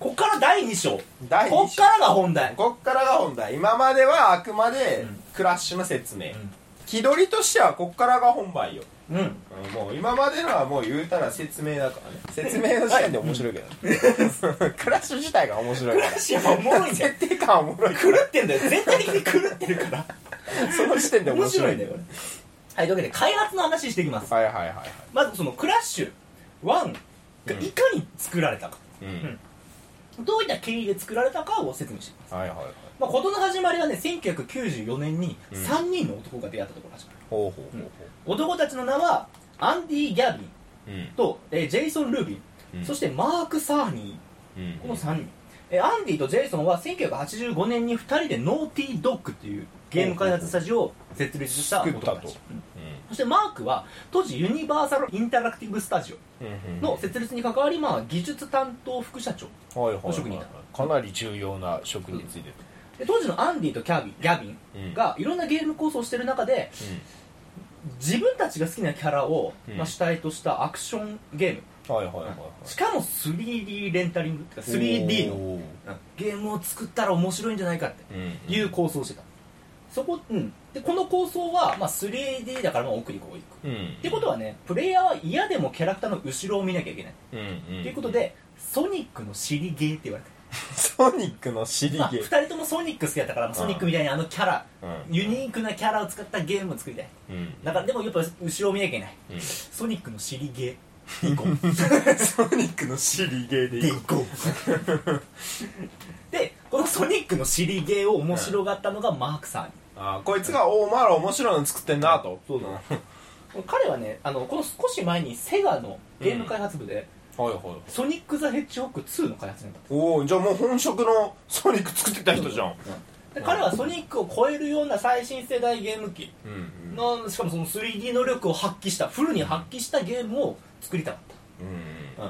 こっから第2章。 第2章こっからが本題。 こっからが本題。今まではあくまでクラッシュの説明、気取りとしてはこっからが本番よ。もう今までのはもう言うたら説明だからね。説明の時点で面白いけど、クラッシュ自体が面白いから。 クラッシュはおもろいんだよ。 設定感おもろい。 狂ってんだよ。全体的に狂ってるからその時点で面白いんだよ。 はい、というわけで開発の話していきます。 はいはいはいはい。 まずそのクラッシュ1がいかに作られたか、どういった経緯で作られたかを説明していきます。 はいはいはい。 まあ、事の始まりはね、1994年に3人の男が出会ったところが始まる。 ほうほうほうほう。 男たちの名はアンディ・ギャビンと、ジェイソン・ルービン、そしてマーク・サーニー、この3人。アンディとジェイソンは1985年に2人でノーティードッグっていうゲーム開発スタジオを設立した男たち。そしてマークは当時ユニバーサル・インタラクティブ・スタジオの設立に関わり、まあ、技術担当副社長の職人だった。 かなり重要な職についてる。 で当時のアンディとギャビンがいろんなゲーム構想をしてる中で、自分たちが好きなキャラを、まあ、主体としたアクションゲーム、しかも 3D レンタリングっていうか 3D のゲームを作ったら面白いんじゃないかっていう構想をしてた。そこ、でこの構想は、まあ、3D だからまあ奥にこう行く、ってことはね、プレイヤーは嫌でもキャラクターの後ろを見なきゃいけない、っていうことでソニックの尻ゲーって言われてソニックの尻ゲー、 2人ともソニック好きだったから、ソニックみたいにあのキャラ、ユニークなキャラを使ったゲームを作りたい、だからでもやっぱ後ろを見なきゃいけない、ソニックの尻ゲー行こうソニックの尻ゲーで行こうで、このソニックの尻ゲーを面白がったのがマークさん。 こいつがお前ら面白いの作ってんなと。 そう彼はね、この少し前にセガのゲーム開発部で、ソニック・ザ・ヘッジホッグ2の開発になった。 おお、じゃあもう本職のソニック作ってた人じゃん。 で彼はソニックを超えるような最新世代ゲーム機の、しかもその 3D 能力を発揮したフルに発揮したゲームを作りたかった、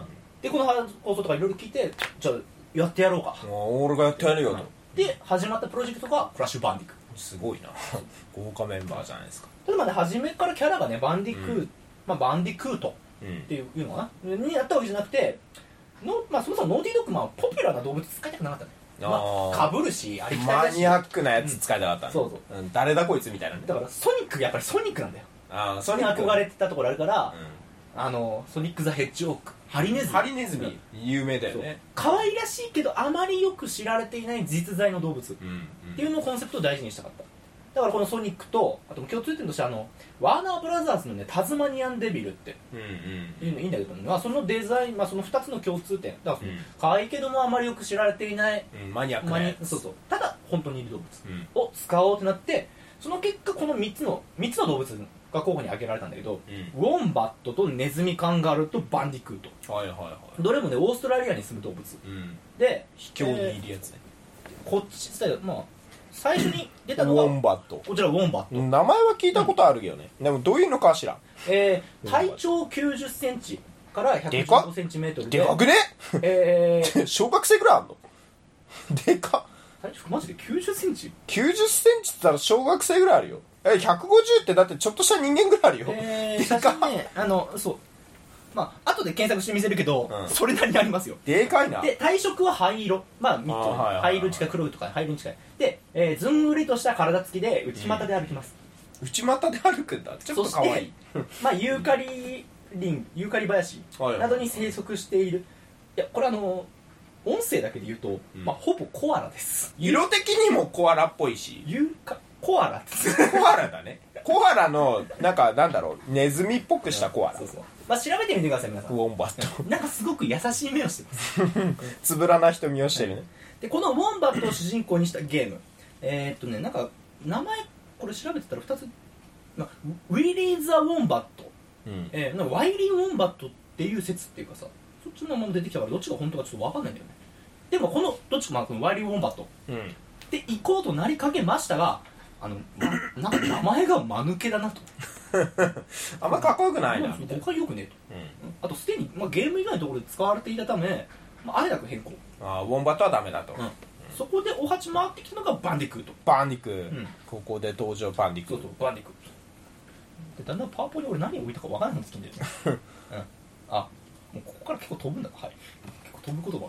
でこの放送とかいろいろ聞いて、じゃあやってやろうか、 俺がやってやるよと、 で始まったプロジェクトがクラッシュバンディク。 すごいな豪華メンバーじゃないですか。 ただまあね、初めからキャラがねバンディクートっていうのかな、にやったわけじゃなくてまあ、そもそもノーティードッグ、まあ、ポピュラーな動物使いたくなかったね。かぶるしありきたりだしマニアックなやつ使いたかったね、 そう誰だこいつみたいなね。 だからソニックがやっぱりソニックなんだよ。 ソニック憧れてたところあるから、ソニック・ザ・ヘッジホッグ、ハリネズミ有名だよね。 可愛らしいけどあまりよく知られていない実在の動物っていうのをコンセプトを大事にしたかった。だからこのソニックと、あと共通点としてワーナーブラザーズのねタズマニアンデビルっていうのいいんだけど、そのデザイン、その2つの共通点だから、可愛いけどもあまりよく知られていない、 マニアックなやつ、 そうただ本当にいる動物を使おうってなって、その結果この3つの動物が候補に挙げられたんだけど、ウォンバットとネズミカンガルーとバンディクート、どれもねオーストラリアに住む動物、で秘境にいるやつね、 こっち伝える、最初に出たのがウォンバット。 こちらウォンバット、 名前は聞いたことあるけどね、でもどういうのかしら。 体長90センチから115センチメートルででかくね小学生ぐらいあんのでかっ。 体長マジで90センチ 90センチって言ったら小学生ぐらいあるよ。150ってだってちょっとした人間ぐらいあるよ。 写真ね、そう後で検索してみせるけど、それなりにありますよ。 でかいな。 で体色は灰色、灰色に近い、黒とか灰色に近いで、ずんぐりとした体つきで内股で歩きます、 内股で歩くんだ。ちょっとかわいい。 ユーカリ林などに生息している。いやこれ音声だけで言うと、ほぼコアラです。 色的にもコアラっぽいし、 コアラコアラだね。コアラのなんだろう、ネズミっぽくしたコアラ。 調べてみてください皆さん。 ウォンバットなんかすごく優しい目をしてますつぶらな瞳をしてるね。 でこのウォンバットを主人公にしたゲーム、なんか名前これ調べてたら2つ、ウィリー・ザ・ウォンバット、ワイリー・ウォンバットっていう説っていうかさ、そっちのまま出てきたからどっちが本当かちょっと分かんないんだよね。でもこのどっちかこのワイリー・ウォンバットで行こうとなりかけましたが、なんか名前が間抜けだなとあんまかっこよくないな。 誤解よくねと、あとすでに、ゲーム以外のところで使われていたため、あえなく変更。 ウォンバットはダメだと、 そこでお鉢回ってきたのがバンディクート。 ここで登場バンディクート。 バンディクートで、だんだんパワポに俺何を置いたか分からないんですけどねもうここから結構飛ぶんだ。はい、結構飛ぶことがあった。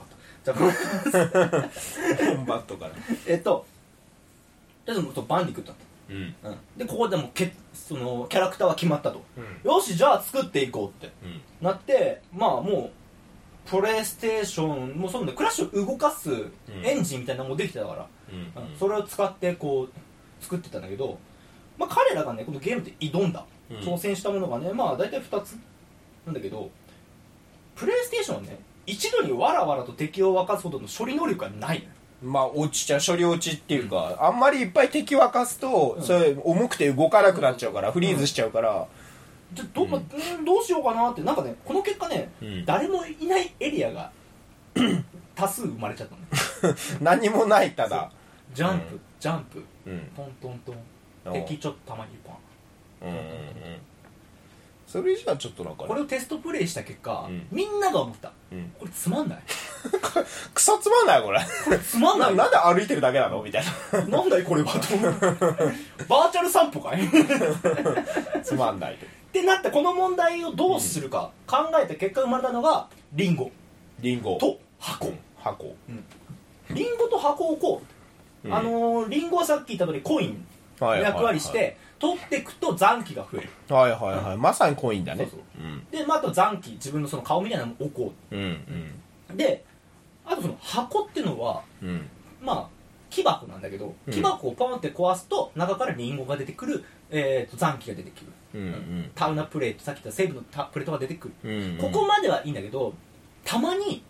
じゃあコンバットからでもバンディクットだった、うんうん、でここでもそのキャラクターは決まったと、うん、よしじゃあ作っていこうって、うん、なってまあもうプレイステーションもそうなんでクラッシュを動かすエンジンみたいなのもできてたから、うんうん、それを使ってこう作ってたんだけど、まあ、彼らがねこのゲームで挑んだ、うん、挑戦したものがねまあ大体2つなんだけど、プレイステーションはね一度にわらわらと敵を沸かすほどの処理能力がないのよ。 まあ落ちちゃう処理落ちっていうか、あんまりいっぱい敵沸かすと、それ重くて動かなくなっちゃうから、フリーズしちゃうから、 じゃどうしようかなってなんかねこの結果ね、誰もいないエリアが多数生まれちゃったの何もないただジャンプ、ジャンプ、トントントン、敵ちょっとたまにパン、 それじゃあちょっとなんか、ね、 これをテストプレイした結果、みんなが思った、これつまんないクソつまんないこれつまんないなんで歩いてるだけなのみたいななんだいこれはバーチャル散歩かいつまんないってなってこの問題をどうするか考えた結果生まれたのがリンゴと箱、リンゴと箱をこう、リンゴはさっき言った通りコインの役割して、取っていくと残機が増える。 はいはいはい、まさにコインだね。 そうそう、で、まあ、あと残機、自分のその顔みたいなのも置こう、であとその箱っていうのは、まあ木箱なんだけど、木箱をポンって壊すと中からリンゴが出てくる、残機が出てくる、タウナプレート、さっき言ったセーブのプレートが出てくる、ここまではいいんだけど、たまに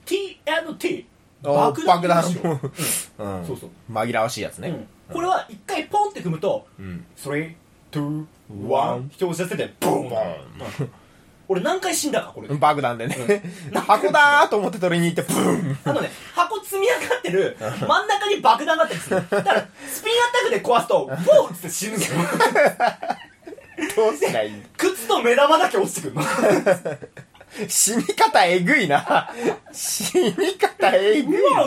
TNT 爆弾しよう、そうそう、 紛らわしいやつね、 これは一回ポンって組むと、3、2、1表示させてボーン、俺何回死んだかこれ爆弾でね、箱だーと思って取りに行ってブーン、 箱積み上がってる真ん中に爆弾があったりする。だからスピンアタックで壊すとボーンって死ぬんだよどうすりゃいいんだ。 靴と目玉だけ落ちてくるの死に方えぐいな。死に方えぐいな。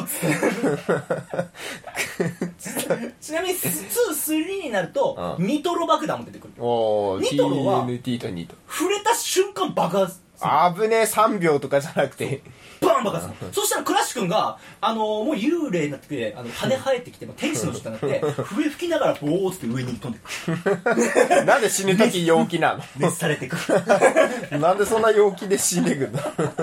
ちなみに2、3になると、ニトロ爆弾も出てくる。ニトロは触れた瞬間爆発。 危ねえ、3秒とかじゃなくてバン爆発。そしたらクラッシュ君がもう幽霊になってきて羽生えてきて天使の人になって笛吹きながらボーって上に飛んでくるなんで死ぬ時陽気なの熱されてくるなんでそんな陽気で死んでくるの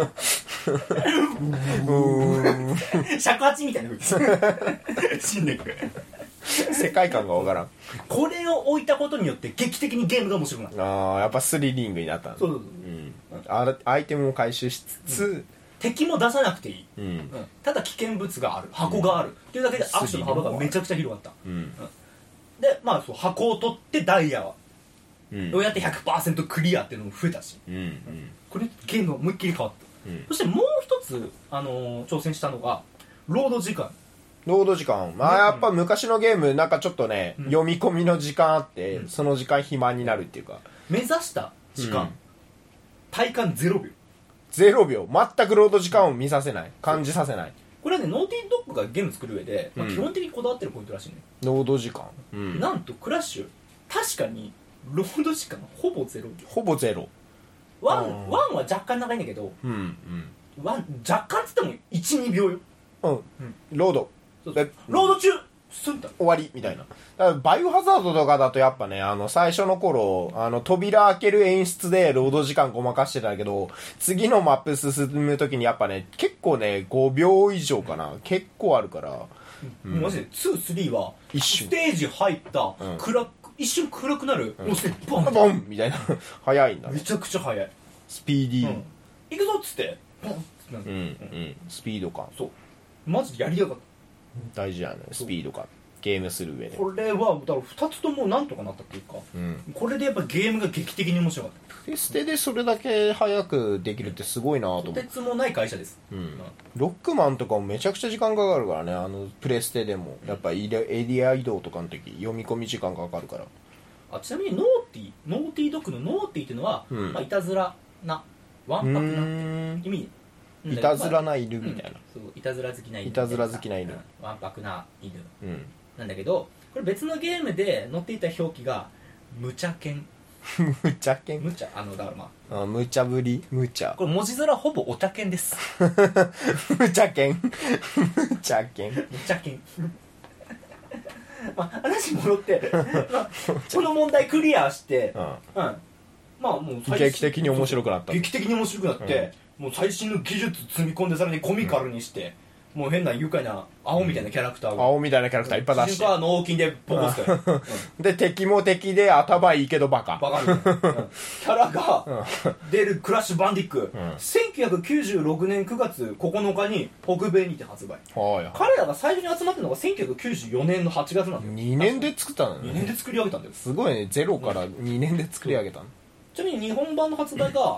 尺八みたいな吹き死んでくる世界観がわからん。 これを置いたことによって劇的にゲームが面白くなった。 やっぱスリリングになったんだ。そうアイテムを回収しつつ、 敵も出さなくていい、ただ危険物がある、箱があるっていうだけでアクションの幅がめちゃくちゃ広がった、でまあそう箱を取ってダイヤはどうやって 100% クリアっていうのも増えたし、これゲームが思いっきり変わった、そしてもう一つ、挑戦したのがロード時間。 まあやっぱ昔のゲームなんかちょっとね、読み込みの時間あって、その時間暇になるっていうか、 目指した時間、体感0秒全くロード時間を見させない、感じさせない。 これはねノーティードッグがゲーム作る上で、基本的にこだわってるポイントらしいね。 ロード時間、 なんとクラッシュ確かにロード時間ほぼ0秒。 ほぼゼロ。 ワンは若干長いんだけど、ワン若干っつっても 1,2 秒よ。 ロードロード中スンと終わりみたいな。だからバイオハザードとかだとやっぱね、最初の頃扉開ける演出でロード時間ごまかしてたけど、次のマップ進む時にやっぱね結構ね5秒以上かな、結構あるから、 マジで2、3はステージ入った、一瞬暗くなる、もうすぐボンボンみたいな早いんだね。 めちゃくちゃ早い、 スピーディー、 行くぞっつってボンってなる、 スピード感、 そうマジでやりやがった。 大事だね、スピード感、ゲームする上で。 これはだから2つともなんとかなったっていうか、これでやっぱゲームが劇的に面白かった。 プレステでそれだけ早くできるってすごいなと思って。 とてつもない会社です、 ロックマンとかもめちゃくちゃ時間かかるからね、プレステでもやっぱエリア移動とかの時読み込み時間かかるから。 ちなみにノーティードッグのノーティーっていうのは、いたずらなわんぱくな意味、 いたずらな犬みたいな、 そういたずら好きな犬、わんぱくな犬、なんだけど、これ別のゲームで載っていた表記が無茶犬無茶犬無茶、だからまあ無茶ぶり無茶これ文字面ほぼお茶犬です無茶犬無茶犬無茶犬まあ話戻って、まあ、この問題クリアして、うん、まあもう劇的に面白くなった劇的に面白くなって、もう最新の技術積み込んでさらにコミカルにして、もう変な愉快な青みたいなキャラクターを、 青みたいなキャラクターいっぱい出して、 主人公は脳筋でボコスと、 で敵も敵で頭いいけどバカみたいな、キャラが出るクラッシュバンディック、1996年9月9日に北米にて発売、彼らが最初に集まったのが1994年の8月なんだよ。 2年で作ったのね。 2年で作り上げたんだよ。 すごいね、ゼロから2年で作り上げたの。 ちなみに日本版の発売が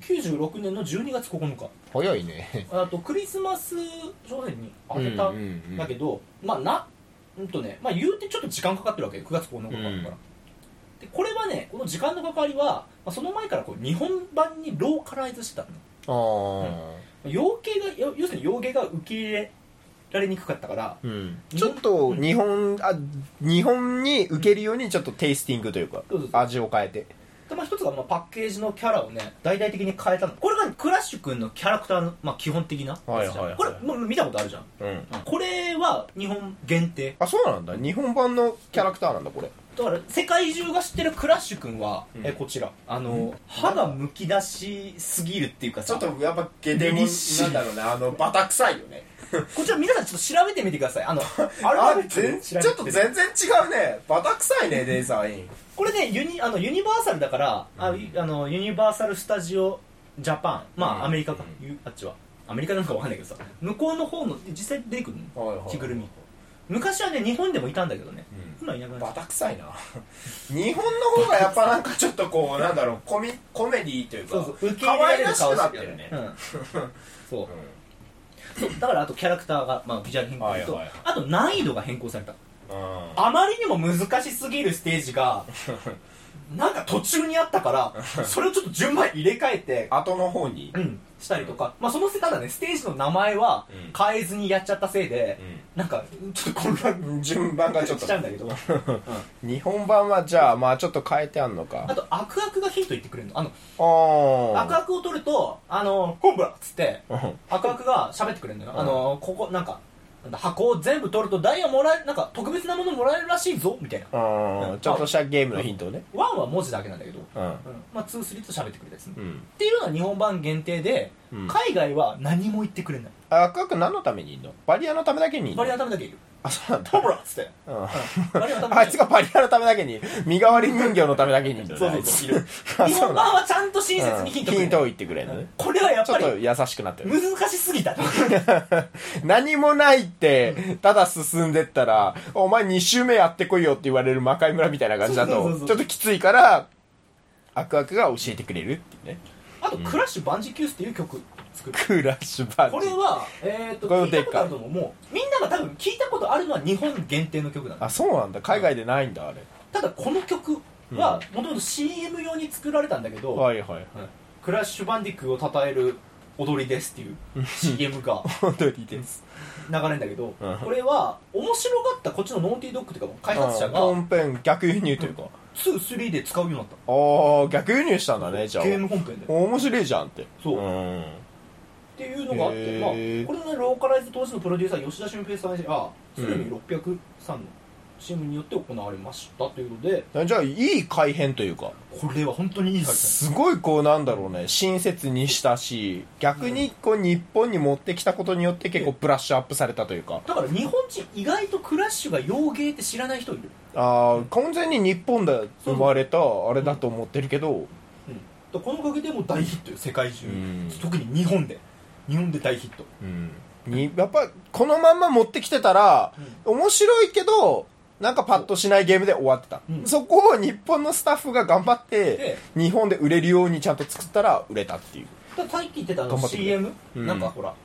96年の12月9日、 早いね。 あとクリスマス商戦に当てたんだけど、まあまあ言うてちょっと時間かかってるわけで、9月9日から、でこれはね、この時間の関わりは、まあ、その前からこう日本版にローカライズしてたの。要するに洋芸が受け入れられにくかったから、 ちょっと日本に受けるようにちょっとテイスティングというか、味を変えて、 まあ、一つがパッケージのキャラをね大々的に変えたの。これがクラッシュ君のキャラクターの、まあ、基本的なやつじゃん。これ見たことあるじゃん、これは日本限定。 あ、そうなんだ。日本版のキャラクターなんだこれ。 だから世界中が知ってるクラッシュ君は、こちら歯がむき出しすぎるっていうかさ、 ちょっとやっぱゲテモンなんだろうね、バタ臭いよね。 こちら皆さんちょっと調べてみてください。 ちょっと全然違うね。バタ臭いね、デザイン。 これねユニバーサルだから、ユニバーサル・スタジオ・ジャパン、まあアメリカか、あっちはアメリカなのかわかんないけどさ、向こうの方の実際出てくるの、着ぐるみ。昔はね日本でもいたんだけどね、今いなくなった。 バタ臭いな日本の方がやっぱなんかちょっとこうなんだろう、コメディというか、可愛らしくなってるね。 そうだからあとキャラクターが、まあ、ビジュアル変更と、あと難易度が変更された。あまりにも難しすぎるステージがなんか途中にあったからそれをちょっと順番入れ替えて後の方に、 したりとか、まあそのただねステージの名前は変えずにやっちゃったせいで、なんかちょっと混乱順番がちょっとしちゃうんだけど日本版はじゃあまあちょっと変えてあんのか。 あとアクアクがヒント言ってくれるの。アクアクを取るとコンブラっつってアクアクが喋ってくれるのよ。ここなんか箱を全部取るとダイヤもらえる、なんか特別なものもらえるらしいぞみたいな、 ちょっとしたゲームのヒントをね。 1は文字だけなんだけど、まあ、2、3と喋ってくれたやつ、っていうのは日本版限定で、海外は何も言ってくれない。 アクアク何のためにいるの？バリアのためだけにいるの？ バリアのためだけいる。 あ、そうなんだ。 ほらっつって、 あいつがバリアのためだけに、身代わり人形のためだけにいるのね。 そういる。日本版はちゃんと親切にヒントを言ってくれるのね。 これはやっぱりちょっと優しくなってる。 難しすぎた何もないってただ進んでったら、お前2周目やってこいよって言われる魔界村みたいな感じだとちょっときついから、アクアクが教えてくれるっていうね。 あとクラッシュバンジキュースっていう曲作る。 クラッシュバンジ。 これは聞いたことあると思う。もうみんなが多分聞いたことあるのは日本限定の曲なんだ。 あ、そうなんだ。海外でないんだあれ。 ただこの曲はもともと CM 用に作られたんだけど、クラッシュバンディックを称える踊りですっていう CM が踊りです流れるんだけど、これは面白かったこっちのノーティードッグというか開発者が本編逆輸入というか 2、3で使うようになった。 逆輸入したんだね。じゃあゲーム本編で面白いじゃんって。 そうっていうのがあって、まあ、これのねローカライズ当時のプロデューサー吉田俊平さんが鶴見600さんのCM によって行われましたというので、 じゃあいい改編というか、 これは本当にいい改編。 すごいこうなんだろうね、親切にしたし、逆にこう日本に持ってきたことによって結構ブラッシュアップされたというか。 だから日本人意外とクラッシュが洋芸って知らない人いる。 完全に日本で生まれたあれだと思ってるけど、 このおかげでもう大ヒットよ、世界中。特に日本で大ヒット。 やっぱこのまんま持ってきてたら、面白いけどなんかパッとしないゲームで終わってた。そこを日本のスタッフが頑張って日本で売れるようにちゃんと作ったら売れたっていう。 さっき言ってたCM、なんかほら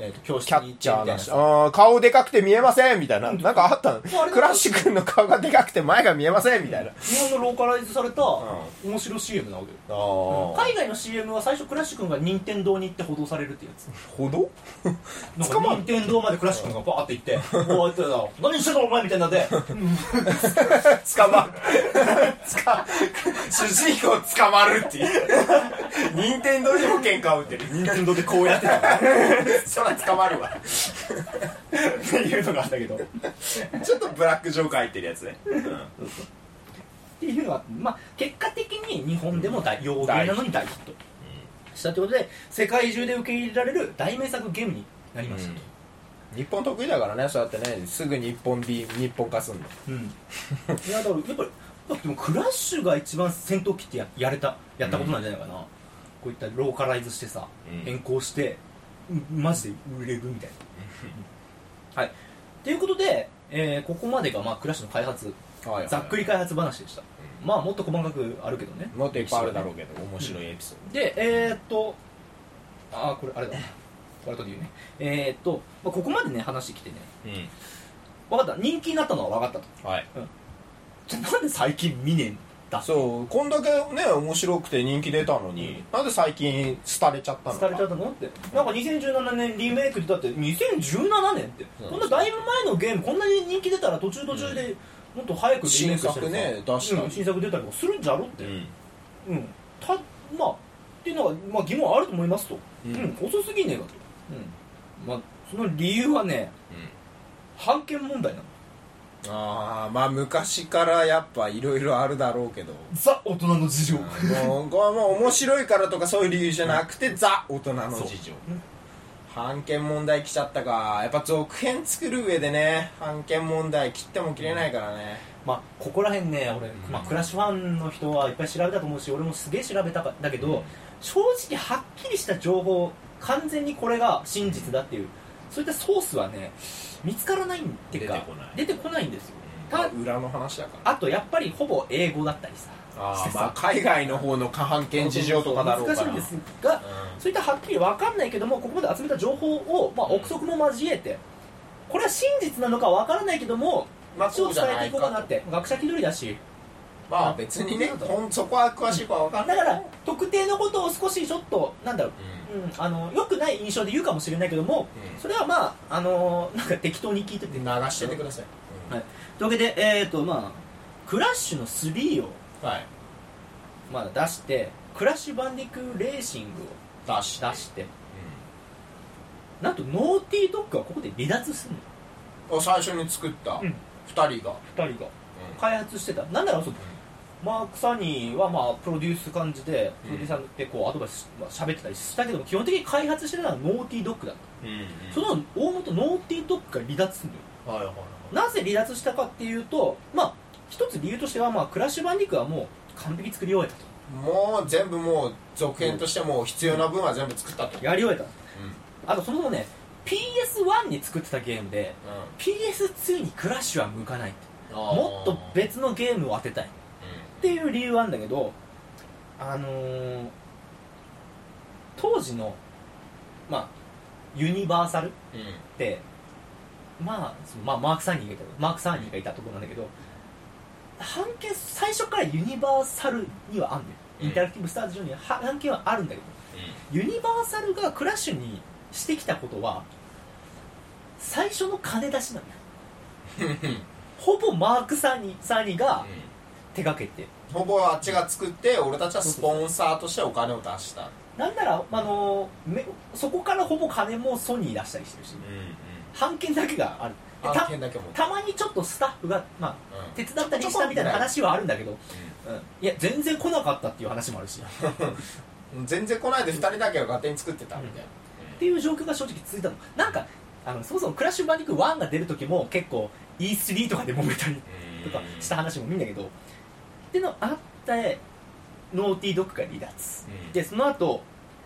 教室に行ってみたいな。顔でかくて見えませんみたいな。なんかあったの。クラッシュ君の顔がでかくて前が見えませんみたいな。 日本のローカライズされた面白 CM なわけよ。海外の CM は最初クラッシュ君が任天堂に行って補導されるってやつ。 補導？ なんか任天堂までクラッシュ君がバーって行って、こうやって何してんのお前みたいなんで、 捕まる。主人公捕まるっていう。任天堂にも喧嘩を打ってる。 任天堂でこうやってたからそら捕まるわっていうのがあったけどちょっとブラックジョーク入ってるやつね、 っていうのが、まあ、結果的に日本でも洋芸なのに大ヒットしたということで、世界中で受け入れられる大名作ゲームになりましたと、 日本得意だからね、そうやってね、すぐ日本化すんの。 いやだからやっぱりでもクラッシュが一番戦闘機ってやったことなんじゃないかな、こういったローカライズしてさ、変更してマジで売れるみたいな、はい。ということで、ここまでが、まあ、クラッシュの開発、ざっくり開発話でした。まあもっと細かくあるけどね、 もっといっぱいあるだろうけど面白いエピソード、 でこれあれだこれとで言うね、まあ、ここまでね話してきてね、分かった、人気になったのは分かったと、はい、じゃあなんで最近見ねえんだ。 そう、こんだけね面白くて人気出たのに、なんで最近廃れちゃったのか。 廃れちゃったのって、なんか2017年リメイクで、だって2017年って、こんなだいぶ前のゲームこんなに人気出たら途中で、もっと早くリメイクして新作ね出した、 新作出たりとかするんじゃろって、まあっていうのは、まあ、疑問あると思いますと、遅すぎねえかと、まあその理由はね、版権問題なの。 まあ昔からやっぱいろいろあるだろうけど、 ザ大人の事情、 もう面白いからとかそういう理由じゃなくて、ザ大人の事情、版権問題来ちゃったか。やっぱ続編作る上でね、版権問題切っても切れないからね。 まあここら辺ね、俺、クラッシュファンの人はいっぱい調べたと思うし、俺もすげえ調べたんだけど、正直はっきりした情報、完全にこれが真実だっていう、そういったソースはね見つからないっていうか、出てこないんですよ。 裏の話だから。 あとやっぱりほぼ英語だったりさ、 まあ海外の方の版権事情とかだろうから難しいんですが、そういったはっきり分かんないけども、ここまで集めた情報を、まあ、憶測も交えて、これは真実なのか分からないけども、一応伝えていこうかなって。学者気取りだし、 まあ別にね、そこは詳しい子は分かんない。 だから特定のことを少しちょっとなんだろう、良くない印象で言うかもしれないけども、それはまあなんか適当に聞いてて流しててください。 はい、というわけでまあクラッシュの3を、まあ、出して、クラッシュバンディクーレーシングを出して、なんとノーティードッグはここで離脱するの。最初に作った2人が開発してた。なんだろう、マーク・サニーはまあプロデュース感じで、プロデューサーでこうアドバイス喋ってたりしたけども、基本的に開発してたのはノーティードッグだった、その大元ノーティードッグが離脱するのよ。なぜ離脱したかっていうと、まあ一つ理由としては、まあクラッシュバンディクーはもう完璧作り終えたと。 もう全部もう続編としても必要な分は全部作ったと。 やり終えた。あとそもそもね、PS1 に作ってたゲームで、PS2 にクラッシュは向かないって、もっと別のゲームを当てたいっていう理由なんだけど、当時の、まあ、ユニバーサルって、まあマーク・サニーがいたところなんだけど、版権最初からユニバーサルにはあるんだよ。インタラクティブスタジオには版権はあるんだけど、ユニバーサルがクラッシュにしてきたことは最初の金出しなんだよほぼマーク・サニーが手掛けて、 ほぼあっちが作って、俺たちはスポンサーとしてお金を出した。 なんならそこからほぼ金もソニー出したりしてるし、版権だけがある。たまにちょっとスタッフが、まあ手伝ったりしたみたいな話はあるんだけど、いや全然来なかったっていう話もあるし全然来ないで2人だけが勝手に作ってたみたいな、 っていう状況が正直続いたの。なんかそもそもクラッシュバンディクー1が出る時も結構 E3 とかで揉めたりとかした話も見んだけど、っていうのあってノーティードッグが離脱、でその後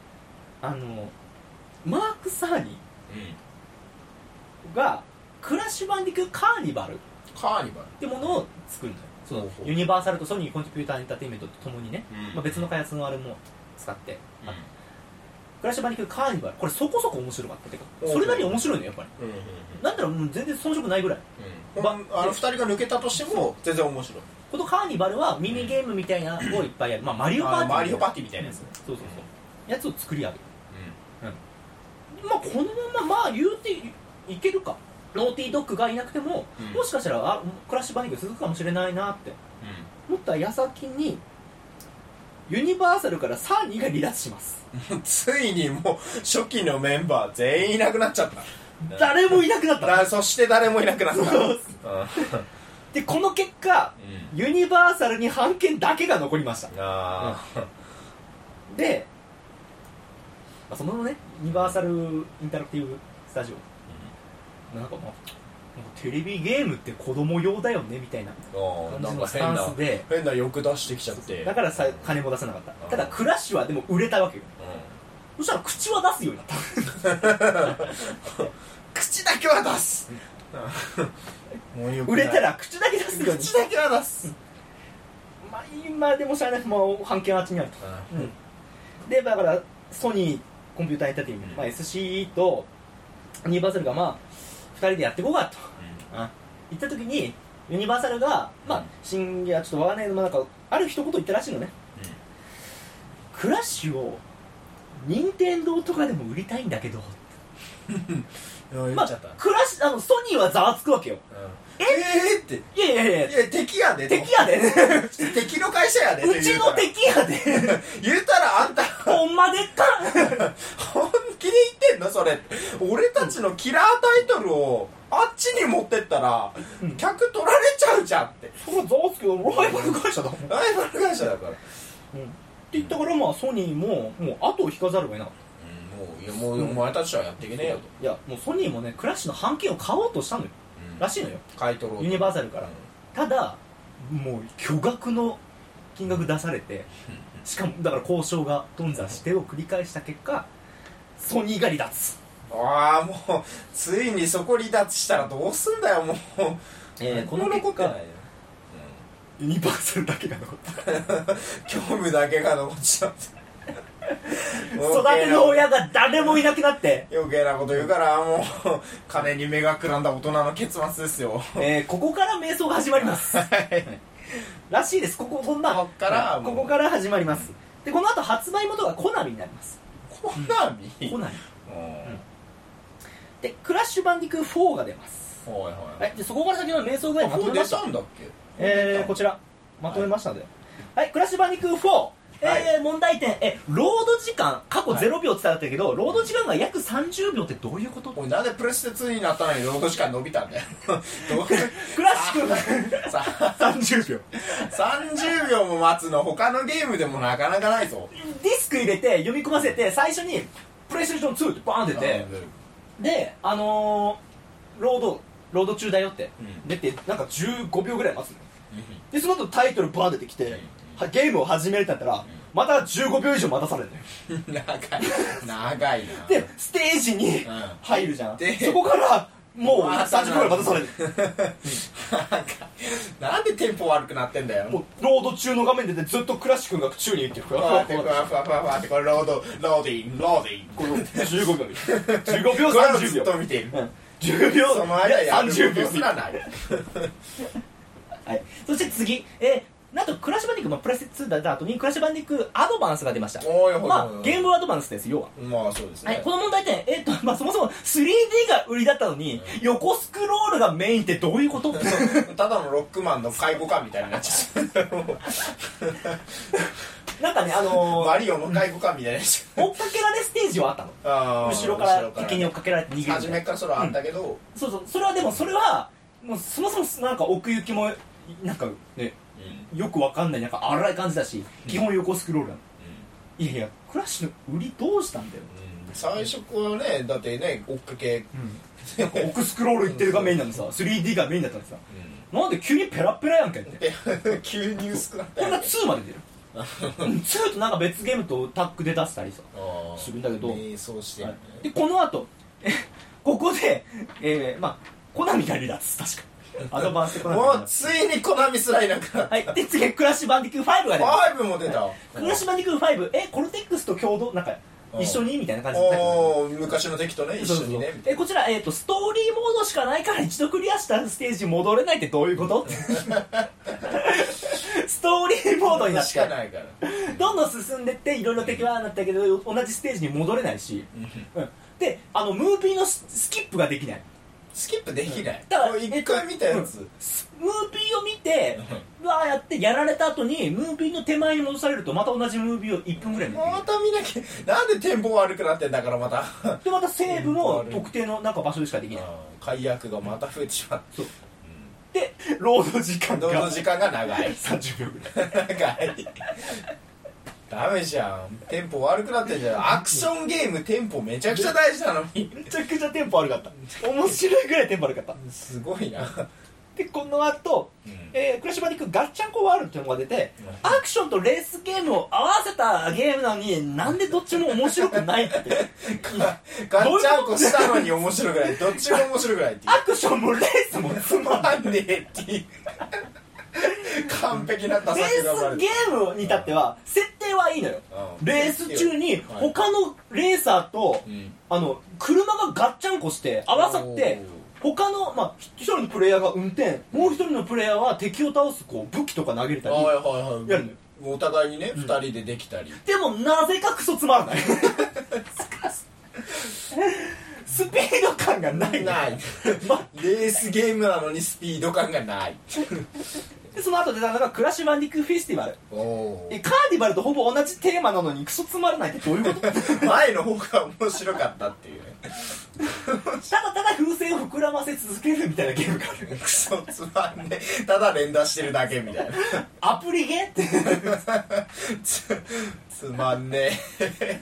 マーク・サーニーがクラッシュバンディクーカーニバルってものを作るんだよ。そのユニバーサルとソニーコンピューターエンターテインメントとともにね、まあ、別の開発のあれも使って、クラッシュバンディクーカーニバル、これそこそこ面白かったってか、それなりに面白いのやっぱり、なんだろう、全然遜色ないぐらい、 2人が抜けたとしても全然面白い。 このカーニバルはミニゲームみたいなのをいっぱいやる、まあマリオパーティーみたいなやつ、そうやつを作り上げる、まあこのまままあ言うていけるか、ノーティードッグがいなくても、もしかしたらクラッシュバンディクー続くかもしれないなって思った矢先にユニバーサルからサーニーが離脱します。 ついにもう初期のメンバー全員いなくなっちゃった。 誰もいなくなった。 そして誰もいなくなった。 でこの結果、ユニバーサルに版権だけが残りました。で、そのね、ユニバーサルインタラクティブスタジオ、なんかもうテレビゲームって子供用だよねみたいな感じのスタンスで、 変な欲出してきちゃって、 だから金も出さなかった。ただクラッシュはでも売れたわけよ。そしたら口は出すようになった。 口だけは出す。 売れたら口だけ出すように。 口だけは出す。 まあ今でもしゃあない、もう版権はあっちにあると。でだからソニーコンピューターエンターテインメント、SC とユニバーサルがまあ2人でやっていこうかと、言った時にユニバーサルが新ギアちょっとわかんないのもなんかある一言言ったらしいのね、クラッシュを任天堂とかでも売りたいんだけどまあクラッシュソニーはざわつくわけよ、 っていや敵やで敵敵の会社やでうちの敵やで言うたらあんたほんまでっか本気で言ってんのそれ。俺たちのキラータイトルをあっちに持ってったら客取られちゃうじゃんって。 それはざわつくよ、ライバル会社だもん。 ライバル会社だから、って言ったからまあソニーももう後を引かざるを得なかった。 もうお前たちはやっていけねえよと。 いやもうソニーもねクラッシュの版権を買おうとしたのよ、らしいのよ、 買い取ろうユニバーサルから、ただもう巨額の金額出されて、しかもだから交渉が頓挫してを繰り返した結果ソニーが離脱。 ああもうついにそこ離脱したらどうすんだよもう。 この結果ユニバーサルだけが残った興味だけが残っちゃって育ての親が誰もいなくなって余計なこと言うからもう金に目がくらんだ大人の結末ですよ。 ここから瞑想が始まりますらしいです。ここから始まります。でこの後発売元がコナミになります。 コナミ、 でクラッシュバンディクー4が出ます。でそこから先の瞑想具合まとめました。こちらまとめましたので、クラッシュバンディクー4、問題点、ロード時間過去0秒って伝わったけど、ロード時間が約30秒ってどういうこと？ おいなんでプレステ2になったのにロード時間伸びたんだよクラッシュ君が30秒 30秒も待つの他のゲームでもなかなかないぞ。 ディスク入れて読み込ませて最初にプレイステーション2ってバーン出て、でロード中だよって出てなんか15秒ぐらい待つの、でその後タイトルバーン出てきてゲームを始めるってなったらまた15秒以上待たされるのよ長いな。 でステージに入るじゃん、そこからもう30分ぐらい待たされるなんでテンポ悪くなってんだよ。 もうロード中の画面でずっとクラッシュ君が宙に行ってふわふわってこれローディンこれ 15秒15秒30秒ずっと見ている、 10秒その間やる 30秒すらないそして次なんとクラッシュバンディクープレステ2だった後にクラッシュバンディクーアドバンスが出ました。ゲームアドバンスです要は。 まあそうですね。 この問題点そもそも 3D が売りだったのに、横スクロールがメインってどういうこと？ ただのロックマンの介護官みたいになっちゃうなんかねマリオの介護官みたいな追っかけられステージはあったの。後ろから敵に追っかけられて逃げる。 初めからそれはあったけど、 そうそれはでもそれはもうそもそもなんか奥行きもなんかねよくわかんないなんか荒い感じだし、基本横スクロールなの、いやクラッシュの売りどうしたんだよ、 最初はねだってね追っかけ、 なんか奥スクロールいってるがメインなんでさ 3D がメインだったんでさ、なんで急にペラペラやんけって急に薄くなったこれが2まで出る2となんか別ゲームとタッグで出したりさするんだけど、 迷走してるね。 でこの後ここでコナミが離脱確かアドバンスでコナミもうついにコナミすらいなくなった。 で次クラッシュバンディクー5が出ます。 5も出た。 クラッシュバンディクー5コルテックスと共同なんか一緒にみたいな感じだったけど、 昔の敵とね一緒にね。 こちら、ストーリーモードしかないから一度クリアしたステージ戻れないってどういうことストーリーモードになってどんどん進んでっていろいろ敵はなったけど同じステージに戻れないし、でムービーのスキップができない。 スキップできない。だから一回見たやつ、 ムービーを見てわーやってやられた後にムービーの手前に戻されるとまた同じムービーを1分ぐらい見てまた見なきゃ。なんでテンポ悪くなってんだからまたでまたセーブも特定のなんか場所でしかできない。 解約がまた増えてしまって、 でロード時間が長い 30秒ぐらい長いダメじゃん。テンポ悪くなってんじゃん。アクションゲームテンポめちゃくちゃ大事なのにめちゃくちゃテンポ悪かった。面白いぐらいテンポ悪かった。 すごいな。 でこの後、クラッシュバンディックガッチャンコワールドっていうのが出て、アクションとレースゲームを合わせたゲームなのになんでどっちも面白くないってガッチャンコしたのに面白くない。どっちも面白くないっていう。 アクションもレースもつまんねえっていう完璧な打作レースゲームに至っては設定はいいのよ、レース中に他のレーサーと、車がガッチャンコして合わさって他の、一人のプレイヤーが運転、もう一人のプレイヤーは敵を倒すこう武器とか投げれたりやるのよ。 お互いにね、2人でできたり。 でもなぜかクソつまらないスピード感がない。 レースゲームなのにスピード感がないでその後出たのがクラッシュバンディックフェスティバル。カーディバルとほぼ同じテーマなのにクソつまらないってどういうこと前の方が面白かったっていうねただ風船を膨らませ続けるみたいなゲームがある。 クソつまんねえ。ただ連打してるだけみたいなアプリゲーってつまんねえ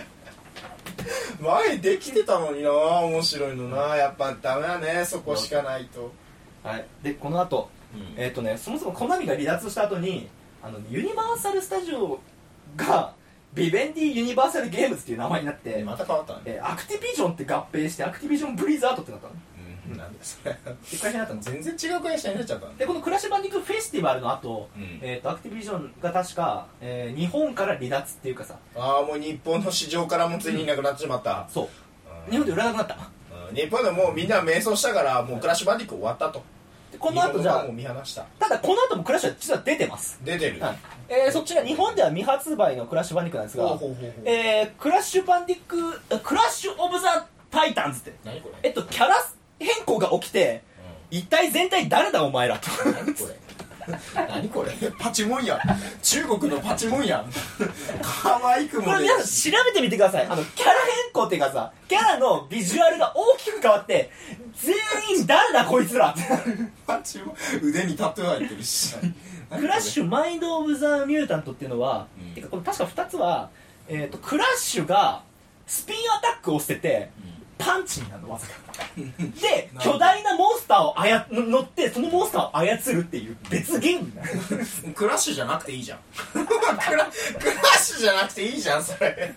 前できてたのにな、面白いのな。やっぱダメだね、そこしかないと。 はい。でこの後、そもそもコナミが離脱した後にユニバーサル・スタジオがビベンディ・ユニバーサル・ゲームズっていう名前になってまた変わったね。 アクティビジョンって合併してアクティビジョン・ブリザードってなったの。 なんでそれって会社になったの。 全然違う会社になっちゃったんでこのクラッシュバンディックフェスティバルの後、アクティビジョンが確か、日本から離脱っていうかさ、 もう日本の市場からもついにいなくなってしまった。 そう日本で売らなくなった。 日本でもうみんな迷走したからもうクラッシュバンディック終わったと。 この後じゃあもう見放した。 ただこの後もクラッシュは実は出てます。 出てる、 そっちが日本では未発売のクラッシュバンディックなんですが、クラッシュバンディッククラッシュオブザタイタンズって何これ、 キャラ変更が起きて、一体全体誰だお前らと何これ何これパチモンやん。中国のパチモンやん。可愛くもこれ皆さん調べてみてください。キャラ変更っていうかさ、キャラのビジュアルが大きく変わって全員誰だこいつらパチモン腕にタトゥー入ってるしクラッシュマインド・オブ・ザ・ミュータントっていうのは、てかこれ確か2つは、クラッシュがスピンアタックを捨てて、パンチになるの技がで巨大なモンスターを乗ってそのモンスターを操るっていう別ゲームになるクラッシュじゃなくていいじゃんクラッシュじゃなくていいじゃんそれ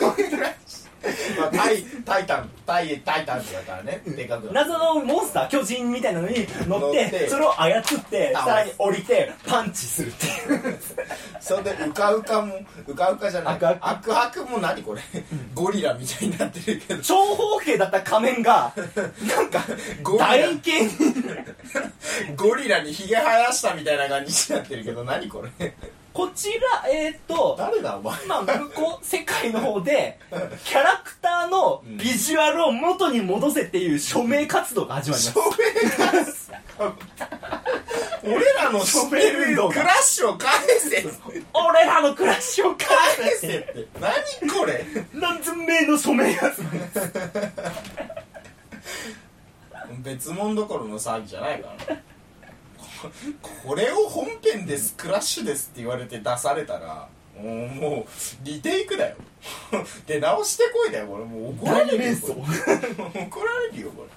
タイタンってだからね、でかく謎のモンスター巨人みたいなのに乗ってそれを操ってさらに降りてパンチするっていうそれでうかうかじゃないアクアクも何これゴリラみたいになってるけど長方形だった仮面がなんか楕円形にゴリラにヒゲ生やしたみたいな感じになってるけど何これこちら誰だお前向こう世界の方でキャラクターのビジュアルを元に戻せっていう署名活動が始まります。 署名活動俺らの署名運動クラッシュを返せ俺らのクラッシュを返せって何これ何千名の署名が別物どころの騒ぎじゃないからねこれを本編ですクラッシュですって言われて出されたらもうリテイクだよ出直してこいだよこれもう怒られるよこれ怒られるよこ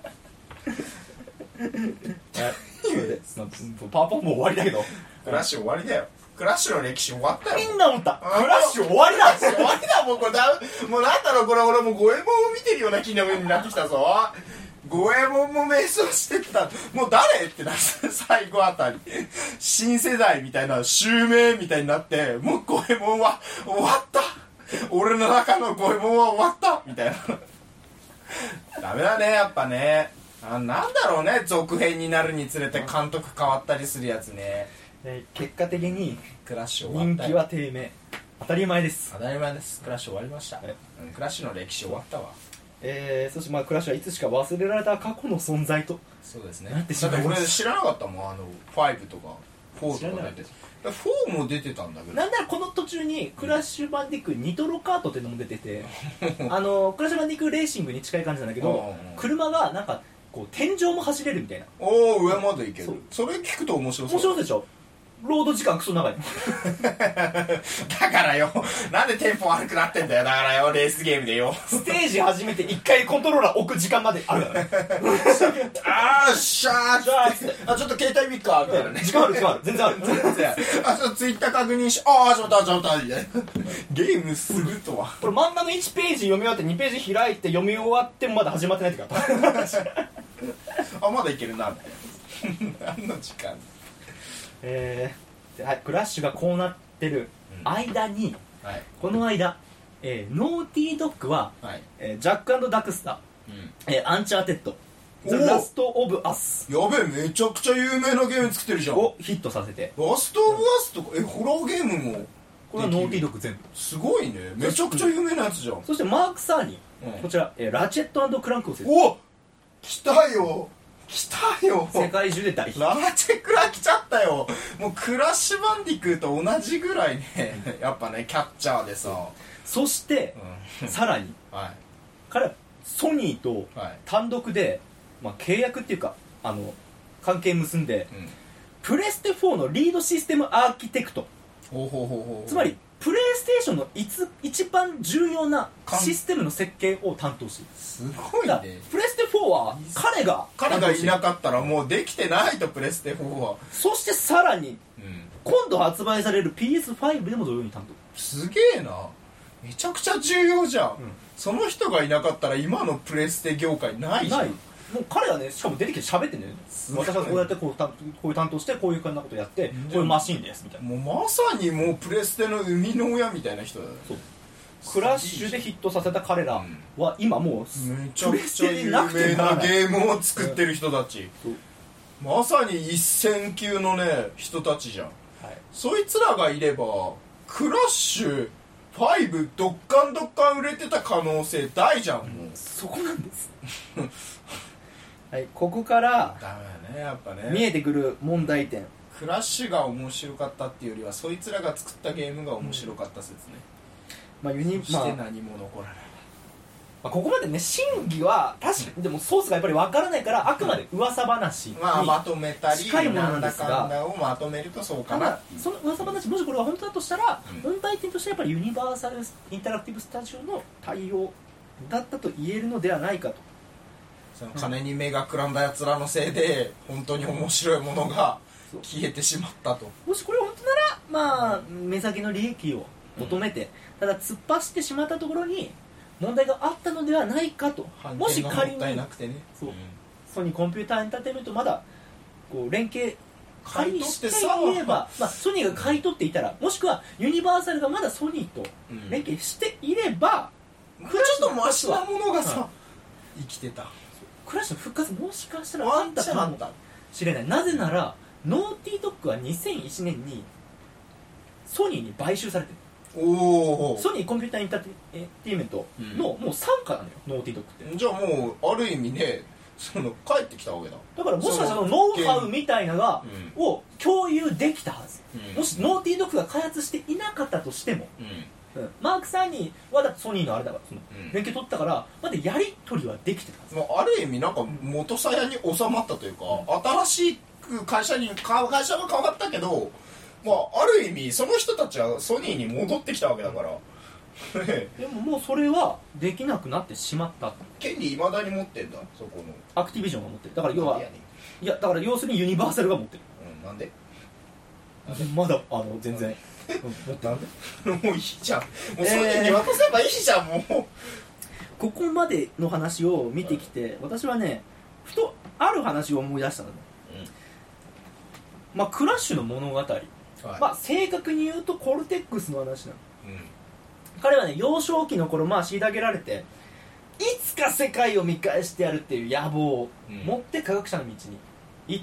れパワーポンもう終わりだけどクラッシュ終わりだよクラッシュの歴史終わったよみんな思ったクラッシュ終わりだ終わりだもうこれもうなんだろうこれ俺もう五右衛門を見てるような気になってきたぞ五右衛門も迷走してたもう誰ってなって最後あたり新世代みたいな襲名みたいになってもう五右衛門は終わった俺の中の五右衛門は終わったみたいなダメだねやっぱね。なんだろうね、続編になるにつれて監督変わったりするやつね。 結果的にクラッシュ終わった。 人気は低迷。当たり前です。 当たり前です。クラッシュ終わりました。クラッシュの歴史終わったわ。 そしてクラッシュはいつしか忘れられた過去の存在と。 そうですね。だって俺知らなかったもん、5とか4とか出てた。4も出てたんだけど、 なんならこの途中にクラッシュバンディックニトロカートっていうのも出ててクラッシュバンディックレーシングに近い感じなんだけど、車がなんかこう天井も走れるみたいな。 おお、上まで行ける。それ聞くと面白そう。 面白いでしょ。ロード時間クソ長いだからよ、なんでテンポ悪くなってんだよ。だからよ、レースゲームでよ、 ステージ始めて1回コントローラー置く時間まであるからねあーしゃーちょっと携帯見っかみたいなね。 時間ある全然あるちょっとツイッター確認し、あーちょっとみたいなゲームするとは。 これ漫画の1ページ読み終わって2ページ開いて読み終わってもまだ始まってないってからあ、まだいけるなみたいな何の時間。 はい、クラッシュがこうなってる間に、 はい、 この間、ノーティードッグは、 はい、 ジャック&ダクスター、アンチャーテッド、ザ・ラスト・オブ・アス、 やべえ、めちゃくちゃ有名なゲーム作ってるじゃん。 をヒットさせて、 ラスト・オブ・アスとかホラーゲームもこれはノーティードッグ全部すごいね。めちゃくちゃ有名なやつじゃん。 そしてマーク・サーニー、こちら、ラチェット&クランクを設定。 おっ来たよ世界中で大ヒット。 ラチェクラ来ちゃったよ。もうクラッシュバンディクーと同じぐらいねやっぱね、キャッチャーでさ。 そして、さらに、 はい、 彼はソニーと単独で、契約っていうか関係結んで、プレステ4のリードシステムアーキテクト、つまりプレイステーションの一番重要なシステムの設計を担当している。 すごいね。 プレステ4は彼がいなかったらもうできてないと。プレステ4は。 そしてさらに、今度発売される PS5 でも同様に担当。 すげえな。めちゃくちゃ重要じゃん、その人がいなかったら今のプレステ業界ないじゃん。 もう彼はね、しかも出てきて喋ってんだよね。私はこうやってこういう担当してこういうふうなことやってこういうマシンですみたいな。 もうまさにもうプレステの生みの親みたいな人だよ。 そうクラッシュでヒットさせた彼らは今もうめちゃくちゃ有名なゲームを作ってる人たち、まさに一線級のね人たちじゃん、そいつらがいればクラッシュ5どっかん売れてた可能性大じゃん。もうそこなんですはい、ここからダメだね、やっぱね。 見えてくる問題点。 クラッシュが面白かったっていうよりはそいつらが作ったゲームが面白かった説ね。そして何も残らない。 ここまでね、真偽は確かに、でもソースがやっぱり分からないからあくまで噂話にまとめたり近いものなんですが、 なんだかんだをまとめるとそうかな。 その噂話、もしこれが本当だとしたら、問題点としてはやっぱりユニバーサルインタラクティブスタジオの対応だったと言えるのではないかと。 その金に目がくらんだやつらのせいで本当に面白いものが消えてしまったと。 もしこれ本当なら目先の利益を求めて、ただ突っ走ってしまったところに問題があったのではないかと。もし仮にソニーコンピューターエンターテインメントまだこう連携仮にしていれば、ソニーが買い取っていたら、もしくはユニバーサルがまだソニーと連携していれば、 ちょっとマシなものがさ、生きてた。 クラッシュの復活もしかしたらあったかもしれない。なぜならノーティードッグは2001年にソニーに買収されてる。ソニーコンピューターエンターテインメントのもう傘下なのよ、ノーティードッグって。 じゃあもうある意味ね、帰ってきたわけだ。 だからもしかしたらノウハウみたいなのがを共有できたはず、もしノーティードッグが開発していなかったとしても、マーク・サーニーはだってソニーのあれだからその連携取ったからまだやり取りはできてたはず。 ある意味なんか元さやに収まったというか、新しく会社が変わったけど、ある意味その人たちはソニーに戻ってきたわけだからでももうそれはできなくなってしまった。 権利いまだに持ってんだ、そこのアクティビジョンが持ってる。だから要は、いやだから要するにユニバーサルが持ってる。 なんでまだ全然持ってなんでもういいじゃん、もうソニーに渡せばいいじゃん。もうここまでの話を見てきて、私はねふとある話を思い出したのね、クラッシュの物語、正確に言うとコルテックスの話なの。 彼はね幼少期の頃虐げられていつか世界を見返してやるっていう野望を持って科学者の道に行った、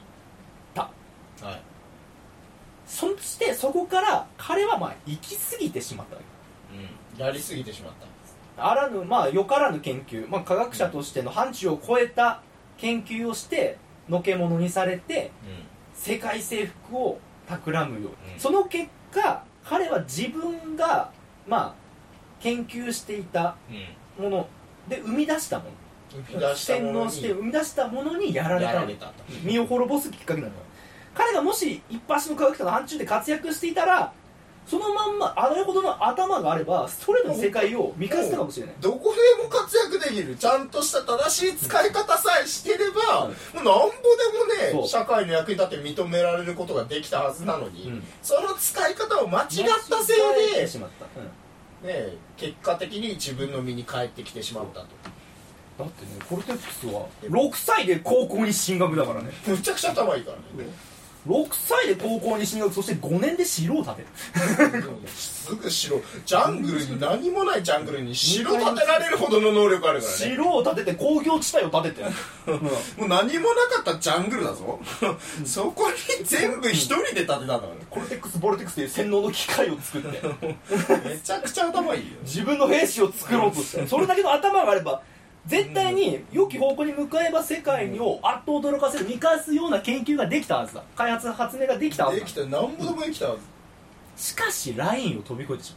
はい、そしてそこから彼は行き過ぎてしまったわけ、やりすぎてしまったあらぬよからぬ研究、科学者としての範疇を超えた研究をしてのけ者にされて、世界征服を企むように、その結果彼は自分が研究していたもので生み出したもの、洗脳して生み出したものにやられた身を滅ぼすきっかけなの。彼がもし一発の科学者の範疇で活躍していたらそのまんまあれほどの頭があればストレートの世界を見返したかもしれない。 どこでも活躍できる、ちゃんとした正しい使い方さえしてれば、もうなんぼでもね社会の役に立って認められることができたはずなのに、その使い方を間違ったせいでね、結果的に自分の身に返ってきてしまったと。 だってねコルテックスは6歳で高校に進学だからね。 むちゃくちゃ頭いいからね。 6歳で高校に進学、そして5年で城を建てるすぐ城、ジャングルに何もないジャングルに城建てられるほどの能力あるからね。 城を建てて工業地帯を建ててもう何もなかったジャングルだぞそこに全部一人で建てたんだからね。 コルテックスボルテックスという洗脳の機械を作ってめちゃくちゃ頭いいよ。 自分の兵士を作ろうとしてそれだけの頭があれば絶対に良き方向に向かえば世界をあっと驚かせる見返すような研究ができたはずだ。開発発明ができたはずだ。 できた、なんぼでもできたはず。しかしラインを飛び越えてしまった、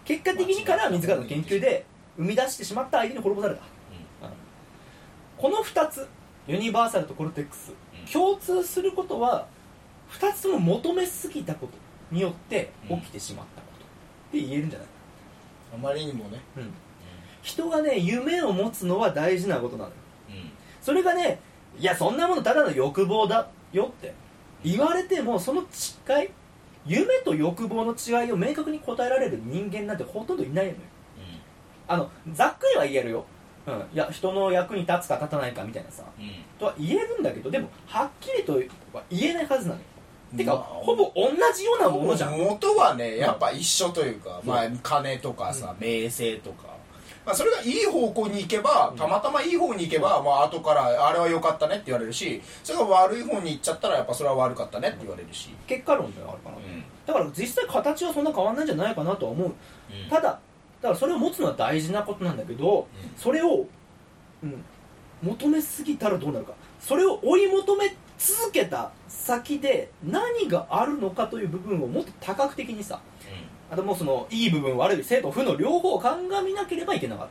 結果的に彼は自らの研究で生み出してしまった相手に滅ぼされた、この2つユニバーサルとコルテックス、共通することは2つとも求めすぎたことによって起きてしまったことって言えるんじゃないか。 あまりにもね、 人がね夢を持つのは大事なことなのよ、それがねいやそんなものただの欲望だよって言われてもその違い、夢と欲望の違いを明確に答えられる人間なんてほとんどいないのよ、ざっくりは言えるよ、いや人の役に立つか立たないかみたいなさ、とは言えるんだけどでもはっきりとは言えないはずなのよ。てかほぼ同じようなものじゃん。 元はねやっぱ一緒というか、金とかさ、名声とか、それがいい方向に行けば、たまたまいい方に行けば、後からあれは良かったねって言われるし、それが悪い方に行っちゃったらやっぱそれは悪かったねって言われるし、 結果論ではあるかな、だから実際形はそんな変わんないんじゃないかなとは思う、ただだからそれを持つのは大事なことなんだけど、それを、求めすぎたらどうなるか、それを追い求め続けた先で何があるのかという部分をもっと多角的にさ、あともうそのいい部分悪い正と負の両方を鑑みなければいけなかった、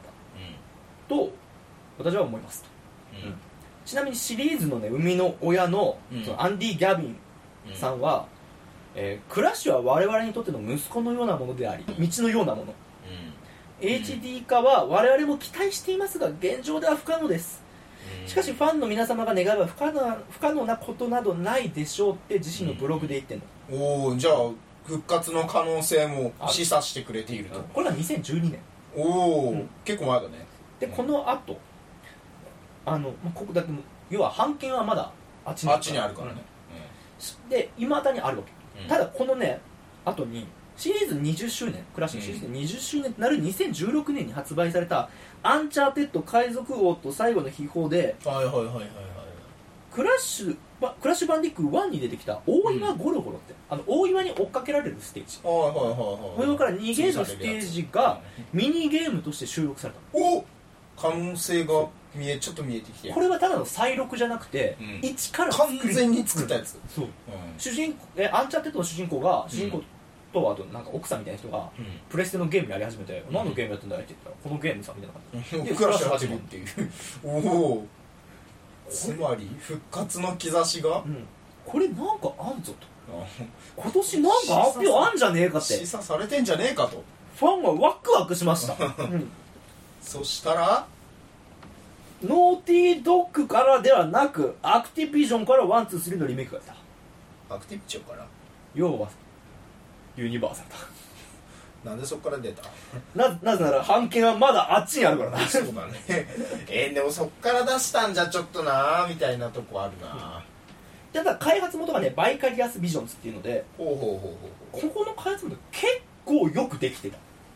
と私は思いますと、ちなみにシリーズのね生みの親の、そのアンディ・ギャビンさんは、クラッシュは我々にとっての息子のようなものであり道のようなもの、HD 化は我々も期待していますが現状では不可能です、しかしファンの皆様が願えば不可能なことなどないでしょうって自身のブログで言ってんの、 じゃあ復活の可能性も示唆してくれていると。 これは2012年。 結構前だね。 でこの後ここだけ要は版権はまだあっちにあるからね、 でいまだにあるわけ、ただこのね後にシリーズ20周年クラッシュのシリーズ20周年となる2016年に発売されたアンチャーテッド海賊王と最後の秘宝で、クラッシュバンディック1に出てきた大岩ゴロゴロって、大岩に追っかけられるステージ、それから逃げるステージがミニゲームとして収録された。可能性がちょっと見えてきて、 これはただの再録じゃなくて、一から完全に作ったやつ、 そう、アンチャーテッドの主人公とあとなんか奥さんみたいな人がプレステのゲームやり始めて、何のゲームやってんだよって言ったらこのゲームさみたいな感じでクラッシュ始めるっていうつまり復活の兆しが、 これなんかあんぞと、今年なんか発表あんじゃねえかって示唆されてんじゃねえかとファンはワクワクしました、 そしたらノーティードッグからではなくアクティビジョンから1、2、3のリメイクが来た。 アクティビジョンから要はユニバーサルだ。 なんでそっから出た？ なぜなら版権はまだあっちにあるからな。 そうだねでもそっから出したんじゃちょっとなみたいなとこあるな、 ただ開発元がねバイカリアスビジョンズっていうので、ここの開発元結構よくできてた。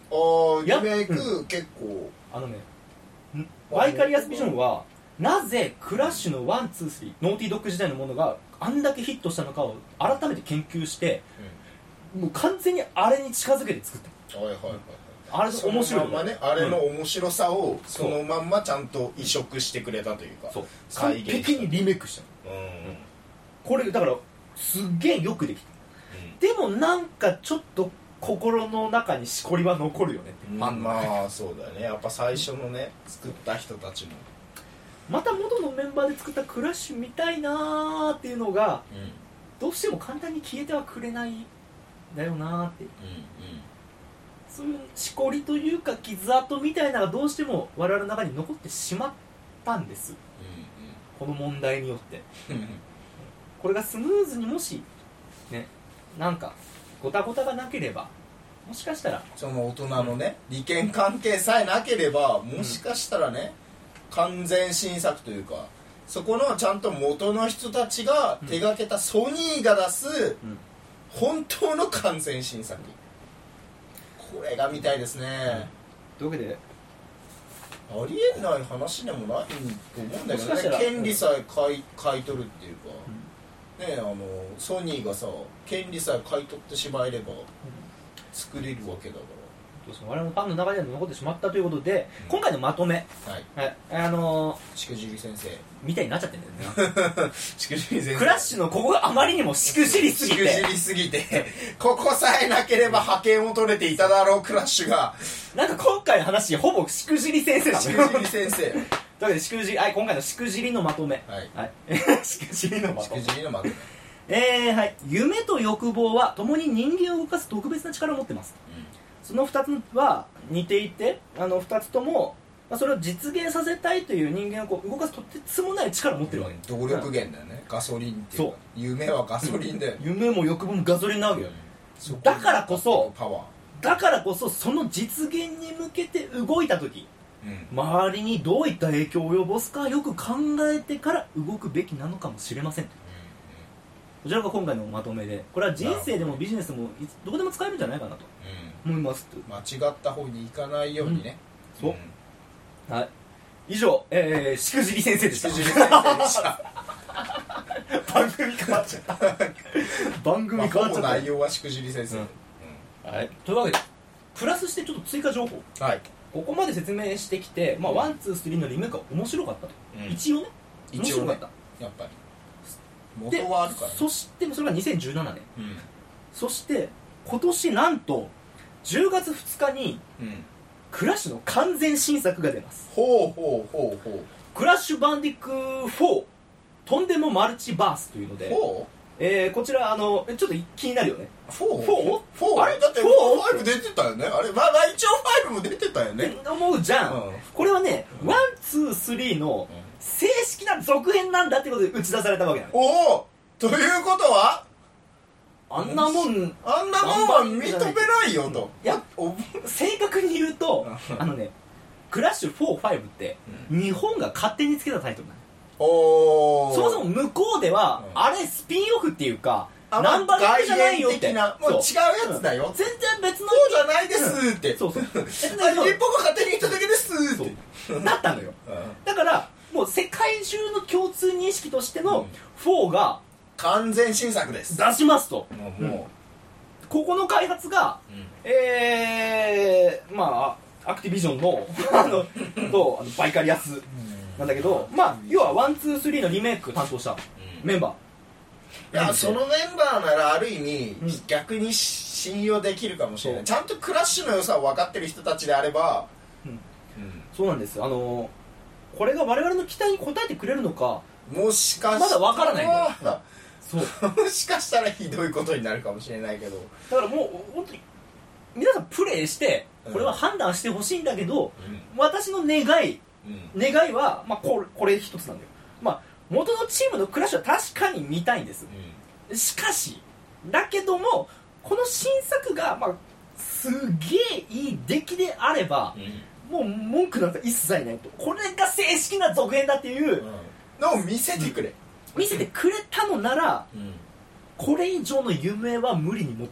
リメイク結構バイカリアスビジョンはなぜクラッシュの1、2、3ノーティードッグ時代のものがあんだけヒットしたのかを改めて研究して、もう完全にあれに近づけて作った。あれの面白いままね、あれの面白さをそのまんまちゃんと移植してくれたというか、 完璧にリメイクした、これだからすっげえよくできた、でもなんかちょっと心の中にしこりは残るよねって、 まあそうだよね。やっぱ最初のね作った人たちもまた元のメンバーで作ったクラッシュ見たいなーっていうのが、どうしても簡単に消えてはくれないんだよなーって、そういうしこりというか傷跡みたいなのがどうしても我々の中に残ってしまったんです、この問題によってこれがスムーズにもしね、なんかごたごたがなければ、もしかしたらその大人のね利権関係さえなければ、もしかしたらね、完全新作というか、そこのちゃんと元の人たちが手がけたソニーが出す本当の完全新作、これが見たいですね、 というわけでありえない話でもないと思うんだけどね。権利さえ買い取るっていうか、ソニーがさ権利さえ買い取ってしまえれば作れるわけだから、 我々のファンの中でも残ってしまったということで、今回のまとめ、 しくじり先生みたいになっちゃってるんだよねしくじり先生クラッシュのここがあまりにもしくじりすぎてここさえなければ覇権を取れていただろうクラッシュが、 なんか今回の話ほぼしくじり先生なのよ。 しくじり先生というわけで今回のしくじりのまとめ、しくじりのまとめ、夢と欲望は共に人間を動かす特別な力を持ってます、その2つは似ていて、2つとも、それを実現させたいという人間をこう動かすとてつもない力を持ってるわけ、 動力源だよね、ガソリンっていうか、夢はガソリンで夢も欲望もガソリンなわけよ、だからこそその実現に向けて動いた時、周りにどういった影響を及ぼすかよく考えてから動くべきなのかもしれません、こちらが今回のまとめで、これは人生でもビジネスもどこでも使えるんじゃないかなと思います、 間違った方に行かないようにね、 そう、はい、以上、しくじり先生でした番組変わっちゃった番組変わっちゃった、 内容はしくじり先生、 というわけでプラスしてちょっと追加情報、ここまで説明してきて、1、2、3のリメイクは面白かったと、一応ね面白かった、 やっぱり元はあるから、 そしてそれが2017年、そして今年なんと10月2日に、クラッシュの完全新作が出ます。クラッシュバンディク4とんでもマルチバースというので、こちらちょっと気になるよね。 4？ あれだって5出てたよね、あれ、一応5も出てたよね思うじゃん、これはね、1、2、3の正式な続編なんだってことで打ち出されたわけなの。 ということはあんなもんは認めないよと。 いや、正確に言うとクラッシュ4、5って日本が勝手につけたタイトルなの。そもそも向こうではあれスピンオフっていうかナンバリングじゃないよって、 もう違うやつだよ、 全然別のそうじゃないですって、 そう日本が勝手に言っただけですってなったのよ。だからもう世界中の共通認識としての4が完全新作です出しますと、ここの開発が、アクティビジョンのとバイカリアスなんだけど、要は1、2、3のリメイク担当したメンバー、いや、そのメンバーならある意味、逆に信用できるかもしれない。ちゃんとクラッシュの良さを分かってる人たちであれば、 そうなんです。これが我々の期待に応えてくれるのか、 もしかしたらまだ分からないんだよ。 もしかしたらひどいことになるかもしれないけど、 だからもう本当に皆さんプレイしてこれは判断してほしいんだけど、私の願いは、これ一つなんだよ。元のチームのクラッシュは確かに見たいんです、しかしだけどもこの新作が、すげえいい出来であれば、もう文句なんか一切ないと、これが正式な続編だっていうのを見せてくれたのなら、これ以上の夢は無理に求めない。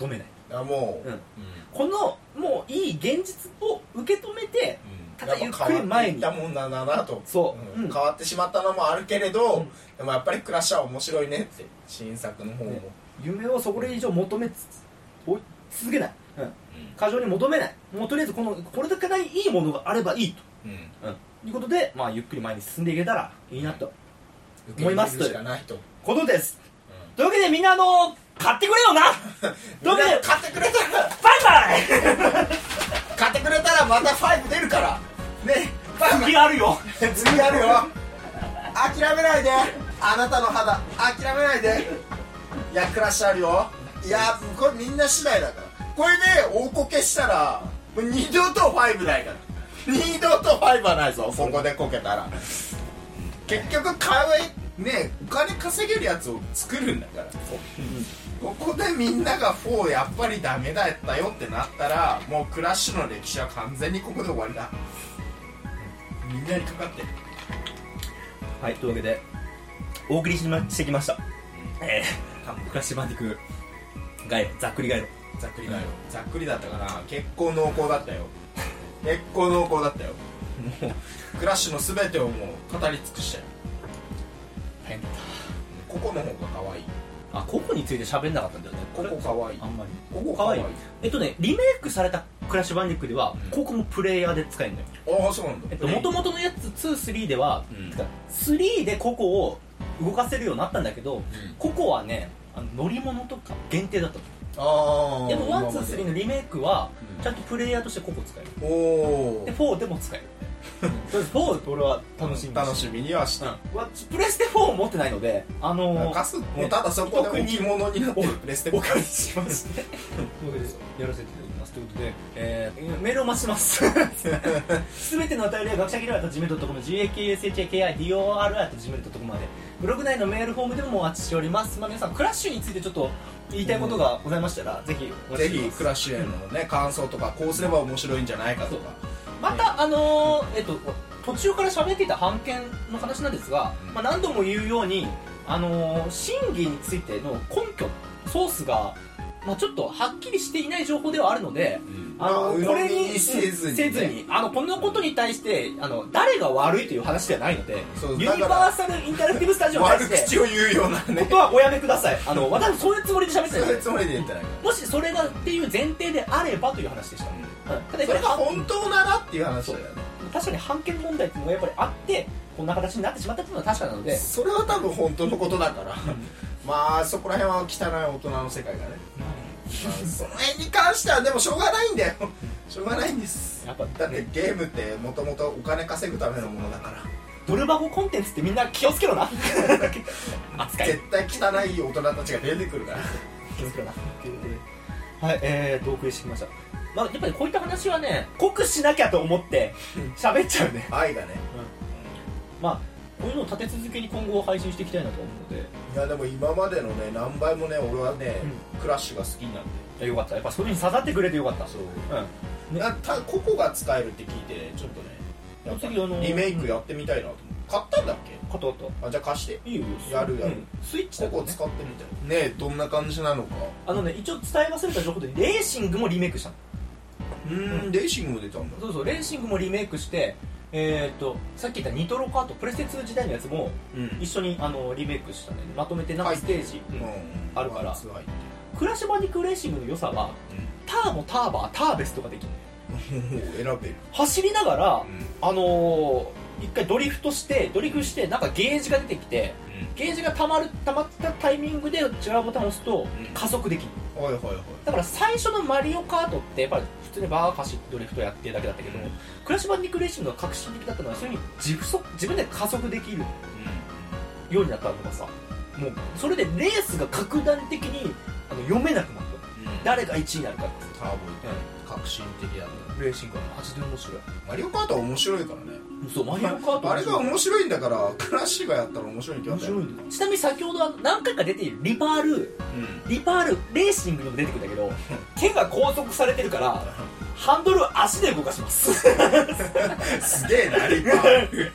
もう、 このもういい現実を受け止めて、ただゆっくり前に変わっていったもんだなと。 そう、 変わってしまったのもあるけれど、でもやっぱりクラッシャーは面白いねって、新作の方も、 夢をそこ以上求め続けない、過剰に求めない、もうとりあえずこれだけないいものがあればいいと、いうことで、ゆっくり前に進んでいけたらいいなと思いますということです。というわけでみんな買ってくれよなというわけで買ってくれたらバイバイ買ってくれたらまた5出るからね。 次あるよ次あるよ。諦めないで、あなたの肌諦めないで。いやクラッシュあるよ。いやこれみんな次第だから。これで大こけしたらもう二度と5ないから。二度と5はないぞ。ここでこけたら結局ね、お金稼げるやつを作るんだから、ここでみんなが4やっぱりダメだったよってなったら、もうクラッシュの歴史は完全にここで終わりだ。みんなにかかってる。 はい、というわけでお送りしてきました、クラッシュバンディクガイロ、ざっくりガイロ、 ざっくりだったかな。結構濃厚だったよ。結構濃厚だったよ。もうクラッシュの全てをもう語り尽くしたよ。 変だ。 ココの方が可愛い。 ココについて喋んなかったんだよね。 ココ可愛い。 あんまり。ココ可愛い。リメイクされたクラッシュバンディックでは、ココもプレイヤーで使えるのよ。 ああ、そうなんだ。 元々のやつ2、3では、3でココを動かせるようになったんだけど、ココはね、乗り物とか限定だったの。でも1、2、3のリメイクはちゃんとプレイヤーとしてココ使える。で4でも使える。4俺は楽しみにはした。 プレステ4を持ってないので、 貸す、ただそこで置物になってるプレステ4 お借りしますね。やらせていただきますということで、メールを待ちますすべてのお便りは学者ギル@gmail.com、GAKSHAKIDOR@gmail.com まで、ブログ内のメールフォームでもお待ちしております。皆さんクラッシュについてちょっと言いたいことがございましたら、ぜひクラッシュへのね、感想とか、こうすれば面白いんじゃないかとか、 また途中から喋っていた版権の話なんですが、何度も言うように真偽についての根拠、ソースがちょっとはっきりしていない情報ではあるので、これにせずにこんなことに対して誰が悪いという話ではないので、ユニバーサルインタラクティブスタジオに対して悪口を言うようなことはおやめください。私そういうつもりで喋ってない。 そういうつもりで言ってない。 もしそれがっていう前提であればという話でした。 それが本当ならっていう話だよね。 確かに版権問題っていうのがやっぱりあってこんな形になってしまったっていうのは確かなので、 それは多分本当のことだからまあそこら辺は汚い大人の世界がね、その辺に関してはでもしょうがないんだよ。しょうがないんです。だってゲームってもともとお金稼ぐためのものだから。 ドル箱コンテンツってみんな気をつけろな扱い絶対汚い大人たちが出てくるから気をつけろなということで、お送りしてきました。やっぱりこういった話はね、濃くしなきゃと思って喋っちゃうね。 愛がね、 こういうのを立て続けに今後配信していきたいなと思うので。 いやでも今までのね何倍もね俺はね、クラッシュが好きになって。 よかった。やっぱそういう風に刺さってくれてよかった。そう。 ココが使えるって聞いてちょっとね、リメイクやってみたいなと思って。買ったんだっけ？ 買った。 じゃあ貸して。 いいよ。 やる。 スイッチだココ使ってみたい。ね、どんな感じなのか。 一応伝え忘れた情報でレーシングもリメイクしたの。 レーシングも出たんだ。 そう、レーシングもリメイクして、さっき言ったニトロカートプレステ2時代のやつも一緒にリメイクしたね。まとめてなんかステージあるから。クラッシュバンディクレーシングの良さはターボ、ターバー、ターベスとかできるのよ。選べる。 走りながら一回ドリフしてなんかゲージが出てきて、ゲージが溜まったタイミングで違うボタンを押すと加速できる。だから最初のマリオカートってやっぱり普通にバー走ってドリフトやってるだけだったけど、クラッシュバンディクレーシングが革新的だったのはそういう風に自分で加速できるようになったのがさ、もうそれでレースが格段的に読めなくなった。誰が1位になるかって。 ターボ革新的だね。 レーシングはマジで面白い。 マリオカートは面白いからね。 そう、マリオカートあれが面白いんだから、クラッシュがやったら面白いに決まったよ。 ちなみに先ほど何回か出ているリパールレーシングにも出てくるんだけど、手が拘束されてるからハンドルを足で動かしますすげえな、リパール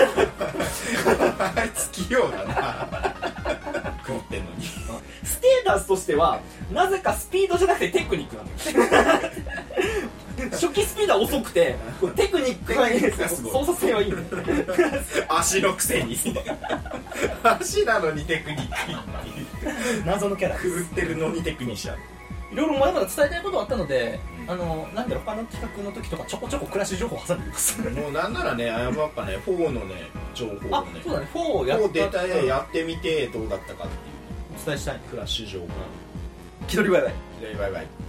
あいつ器用だな狂ってんのに。 ステーターズとしてはなぜかスピードじゃなくてテクニックなんだよ初期スピードは遅くてテクニックがいいんですよ。操作性はいいんだよ足のくせに足なのにテクニックいいっていう謎のキャラ狂ってるのにテクニシャン。 いろいろまだまだ伝えたいことがあったので、なんだろう、他の企画の時とかちょこちょこ暮らし情報挟んでいますもうなんならね、やっぱね、4のね、情報をね、 あ、そうだね、4やった 4出たややってみてどうだったかっていうお伝えしたい暮らし情報。 気取りバイバイ。 バイバイ。